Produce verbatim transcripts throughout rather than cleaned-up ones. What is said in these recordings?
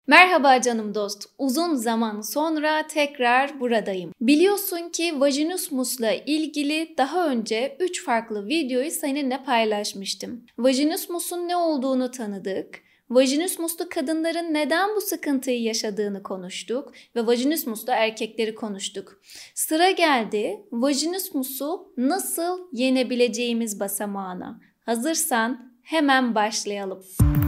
Merhaba canım dost. Uzun zaman sonra tekrar buradayım. Biliyorsun ki vajinismusla ilgili daha önce üç farklı videoyu seninle paylaşmıştım. Vajinismusun ne olduğunu tanıdık. Vajinismuslu kadınların neden bu sıkıntıyı yaşadığını konuştuk ve vajinismuslu erkekleri konuştuk. Sıra geldi vajinismusu nasıl yenebileceğimiz basamağına. Hazırsan hemen başlayalım.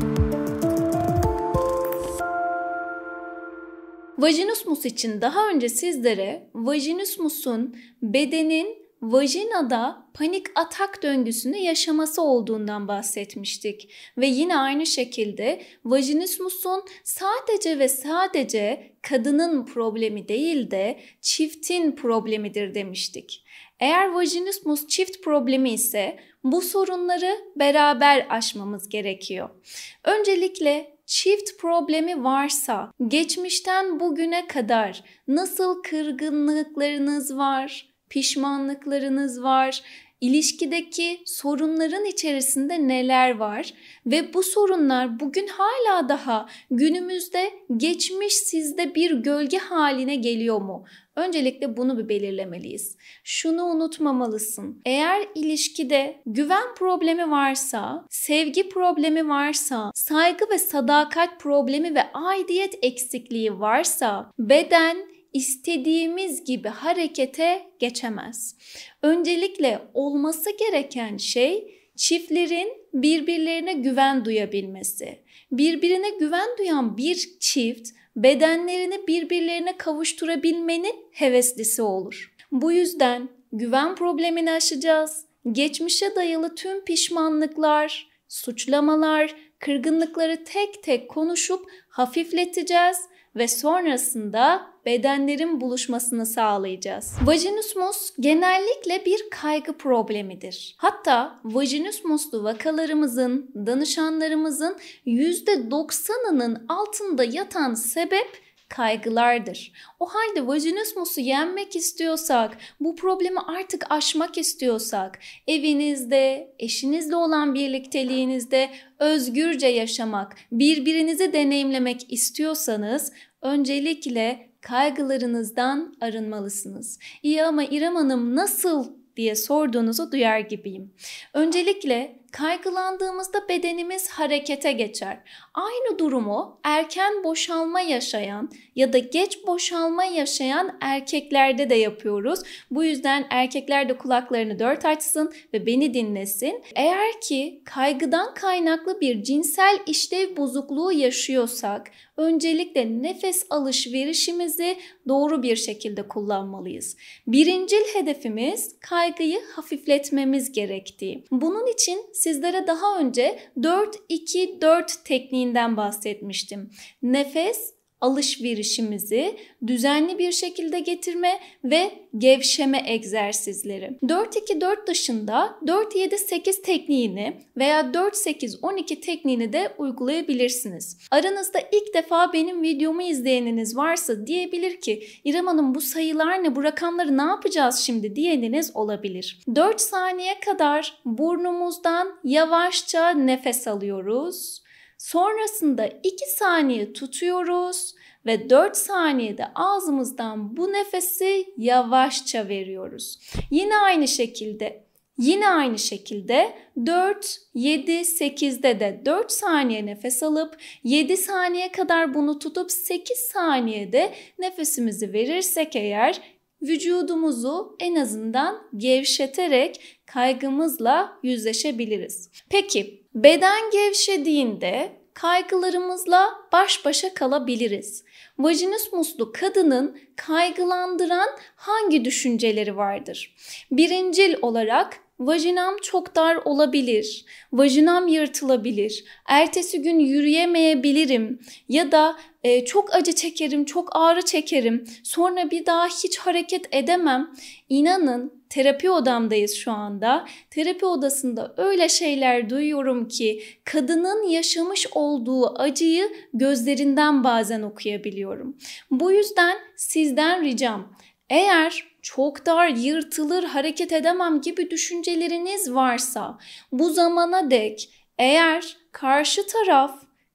Vajinismus için daha önce sizlere vajinismusun bedenin vajinada panik atak döngüsünü yaşaması olduğundan bahsetmiştik. Ve yine aynı şekilde vajinismusun sadece ve sadece kadının problemi değil de çiftin problemidir demiştik. Eğer vajinismus çift problemi ise bu sorunları beraber aşmamız gerekiyor. Öncelikle çift problemi varsa geçmişten bugüne kadar nasıl kırgınlıklarınız var, pişmanlıklarınız var, ilişkideki sorunların içerisinde neler var ve bu sorunlar bugün hala daha günümüzde geçmiş sizde bir gölge haline geliyor mu? Öncelikle bunu bir belirlemeliyiz. Şunu unutmamalısın. Eğer ilişkide güven problemi varsa, sevgi problemi varsa, saygı ve sadakat problemi ve aidiyet eksikliği varsa, beden istediğimiz gibi harekete geçemez. Öncelikle olması gereken şey çiftlerin birbirlerine güven duyabilmesi. Birbirine güven duyan bir çift bedenlerini birbirlerine kavuşturabilmenin heveslisi olur. Bu yüzden güven problemini aşacağız. Geçmişe dayalı tüm pişmanlıklar, suçlamalar, kırgınlıkları tek tek konuşup hafifleteceğiz ve sonrasında bedenlerin buluşmasını sağlayacağız. Vajinismus genellikle bir kaygı problemidir. Hatta vajinismuslu vakalarımızın, danışanlarımızın yüzde doksanının altında yatan sebep kaygılardır. O halde vajinismusu yenmek istiyorsak, bu problemi artık aşmak istiyorsak, evinizde, eşinizle olan birlikteliğinizde özgürce yaşamak, birbirinizi deneyimlemek istiyorsanız öncelikle kaygılarınızdan arınmalısınız. İyi ama İrem Hanım nasıl diye sorduğunuzu duyar gibiyim. Öncelikle kaygılandığımızda bedenimiz harekete geçer. Aynı durumu erken boşalma yaşayan ya da geç boşalma yaşayan erkeklerde de yapıyoruz. Bu yüzden erkekler de kulaklarını dört açsın ve beni dinlesin. Eğer ki kaygıdan kaynaklı bir cinsel işlev bozukluğu yaşıyorsak öncelikle nefes alışverişimizi doğru bir şekilde kullanmalıyız. Birincil hedefimiz kaygıyı hafifletmemiz gerektiği. Bunun için sizlere daha önce dört iki dört tekniğinden bahsetmiştim. Nefes alışverişimizi düzenli bir şekilde getirme ve gevşeme egzersizleri. dört iki dört dışında dört yedi sekiz tekniğini veya dört sekiz on iki tekniğini de uygulayabilirsiniz. Aranızda ilk defa benim videomu izleyeniniz varsa diyebilir ki İrem Hanım bu sayılar ne, bu rakamları ne yapacağız şimdi diyeniniz olabilir. dört saniye kadar burnumuzdan yavaşça nefes alıyoruz. Sonrasında iki saniye tutuyoruz ve dört saniyede ağzımızdan bu nefesi yavaşça veriyoruz. Yine aynı şekilde, yine aynı şekilde dört, yedi, sekizde de dört saniye nefes alıp yedi saniye kadar bunu tutup sekiz saniyede nefesimizi verirsek eğer vücudumuzu en azından gevşeterek kaygımızla yüzleşebiliriz. Peki beden gevşediğinde kaygılarımızla baş başa kalabiliriz. Vajinismuslu kadının kaygılandıran hangi düşünceleri vardır? Birincil olarak vajinam çok dar olabilir, vajinam yırtılabilir, ertesi gün yürüyemeyebilirim ya da e, çok acı çekerim, çok ağrı çekerim, sonra bir daha hiç hareket edemem. İnanın terapi odamdayız şu anda. Terapi odasında öyle şeyler duyuyorum ki kadının yaşamış olduğu acıyı gözlerinden bazen okuyabiliyorum. Bu yüzden sizden ricam, eğer çok dar, yırtılır, hareket edemem gibi düşünceleriniz varsa bu zamana dek eğer karşı taraf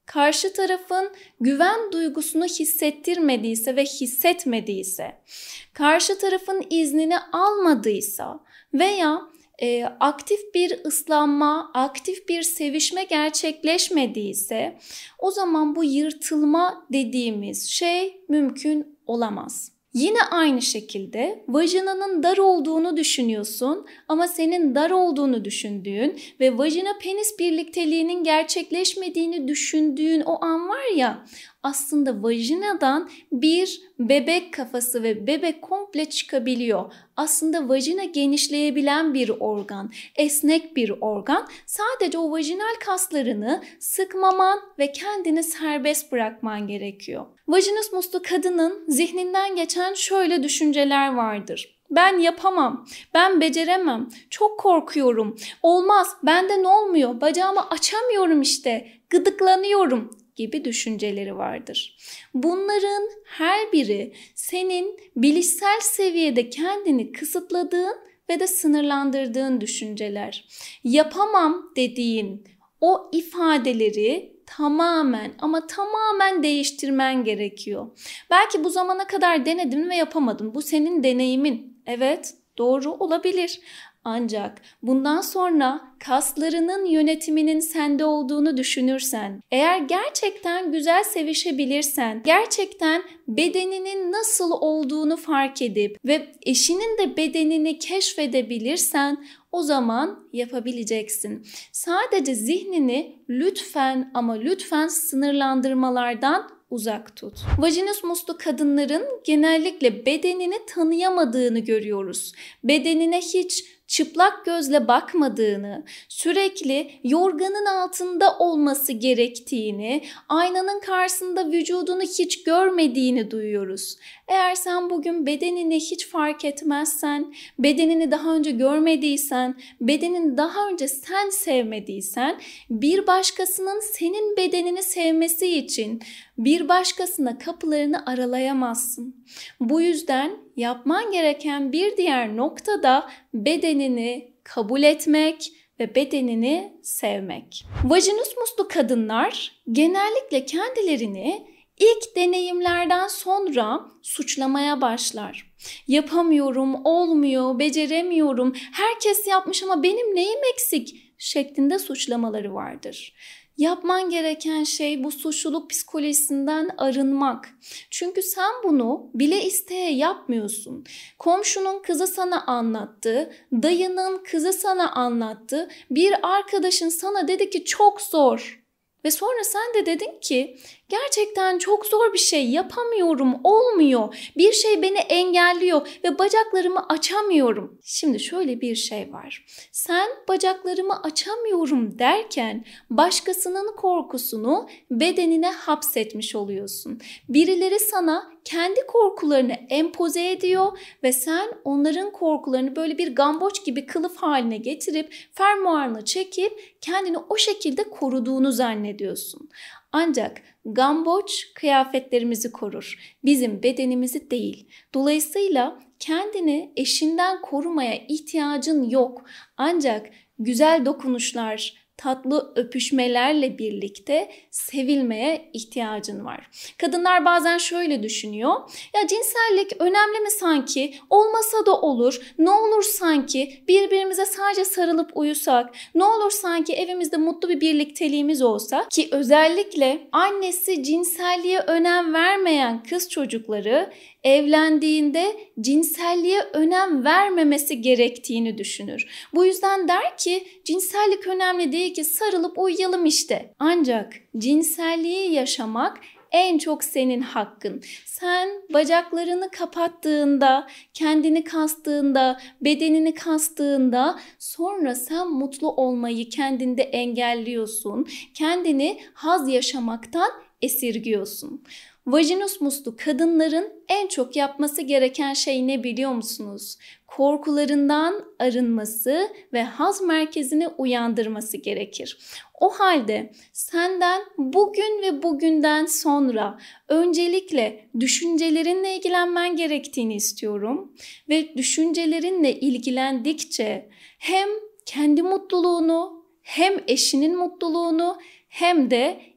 karşı tarafın güven duygusunu hissettirmediyse ve hissetmediyse, karşı tarafın iznini almadıysa veya e, aktif bir ıslanma, aktif bir sevişme gerçekleşmediyse o zaman bu yırtılma dediğimiz şey mümkün olamaz. Yine aynı şekilde vajinanın dar olduğunu düşünüyorsun ama senin dar olduğunu düşündüğün ve vajina penis birlikteliğinin gerçekleşmediğini düşündüğün o an var ya, aslında vajinadan bir bebek kafası ve bebek komple çıkabiliyor. Aslında vajina genişleyebilen bir organ, esnek bir organ. Sadece o vajinal kaslarını sıkmaman ve kendini serbest bırakman gerekiyor. Vajinismuslu kadının zihninden geçen şöyle düşünceler vardır. Ben yapamam, ben beceremem, çok korkuyorum, olmaz, benden olmuyor, bacağımı açamıyorum işte, gıdıklanıyorum gibi düşünceleri vardır. Bunların her biri senin bilişsel seviyede kendini kısıtladığın ve de sınırlandırdığın düşünceler. Yapamam dediğin o ifadeleri tamamen ama tamamen değiştirmen gerekiyor. Belki bu zamana kadar denedin ve yapamadın. Bu senin deneyimin. Evet, doğru olabilir. Ancak bundan sonra kaslarının yönetiminin sende olduğunu düşünürsen, eğer gerçekten güzel sevişebilirsen, gerçekten bedeninin nasıl olduğunu fark edip ve eşinin de bedenini keşfedebilirsen o zaman yapabileceksin. Sadece zihnini lütfen ama lütfen sınırlandırmalardan uzak tut. Vajinismuslu kadınların genellikle bedenini tanıyamadığını görüyoruz. Bedenine hiç çıplak gözle bakmadığını, sürekli yorganın altında olması gerektiğini, aynanın karşısında vücudunu hiç görmediğini duyuyoruz. Eğer sen bugün bedenini hiç fark etmezsen, bedenini daha önce görmediysen, bedenini daha önce sen sevmediysen, bir başkasının senin bedenini sevmesi için bir başkasına kapılarını aralayamazsın. Bu yüzden yapman gereken bir diğer nokta da bedenini kabul etmek ve bedenini sevmek. Vajinismuslu kadınlar genellikle kendilerini ilk deneyimlerden sonra suçlamaya başlar. Yapamıyorum, olmuyor, beceremiyorum, herkes yapmış ama benim neyim eksik şeklinde suçlamaları vardır. Yapman gereken şey bu suçluluk psikolojisinden arınmak. Çünkü sen bunu bile isteye yapmıyorsun. Komşunun kızı sana anlattı, dayının kızı sana anlattı, bir arkadaşın sana dedi ki çok zor. Ve sonra sen de dedin ki gerçekten çok zor bir şey, yapamıyorum, olmuyor. Bir şey beni engelliyor ve bacaklarımı açamıyorum. Şimdi şöyle bir şey var. Sen bacaklarımı açamıyorum derken başkasının korkusunu bedenine hapsetmiş oluyorsun. Birileri sana kendi korkularını empoze ediyor ve sen onların korkularını böyle bir gamboç gibi kılıf haline getirip fermuarını çekip kendini o şekilde koruduğunu zannediyorsun. Ancak gamboç kıyafetlerimizi korur, bizim bedenimizi değil. Dolayısıyla kendini eşinden korumaya ihtiyacın yok. Ancak güzel dokunuşlar, tatlı öpüşmelerle birlikte sevilmeye ihtiyacın var. Kadınlar bazen şöyle düşünüyor. Ya cinsellik önemli mi sanki? Olmasa da olur. Ne olur sanki birbirimize sadece sarılıp uyusak? Ne olur sanki evimizde mutlu bir birlikteliğimiz olsa? Ki özellikle annesi cinselliğe önem vermeyen kız çocukları evlendiğinde cinselliğe önem vermemesi gerektiğini düşünür. Bu yüzden der ki cinsellik önemli değil ki, sarılıp uyuyalım işte. Ancak cinselliği yaşamak en çok senin hakkın. Sen bacaklarını kapattığında, kendini kastığında, bedenini kastığında sonra sen mutlu olmayı kendinde engelliyorsun. Kendini haz yaşamaktan esirgiyorsun. Vajinismuslu kadınların en çok yapması gereken şey ne biliyor musunuz? Korkularından arınması ve haz merkezini uyandırması gerekir. O halde senden bugün ve bugünden sonra öncelikle düşüncelerinle ilgilenmen gerektiğini istiyorum. Ve düşüncelerinle ilgilendikçe hem kendi mutluluğunu, hem eşinin mutluluğunu, hem de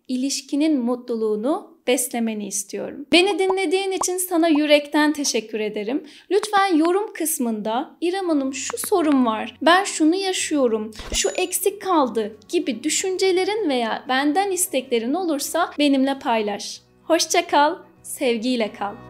ilişkinin mutluluğunu beslemeni istiyorum. Beni dinlediğin için sana yürekten teşekkür ederim. Lütfen yorum kısmında İrem Hanım şu sorun var, ben şunu yaşıyorum, şu eksik kaldı gibi düşüncelerin veya benden isteklerin olursa benimle paylaş. Hoşça kal, sevgiyle kal.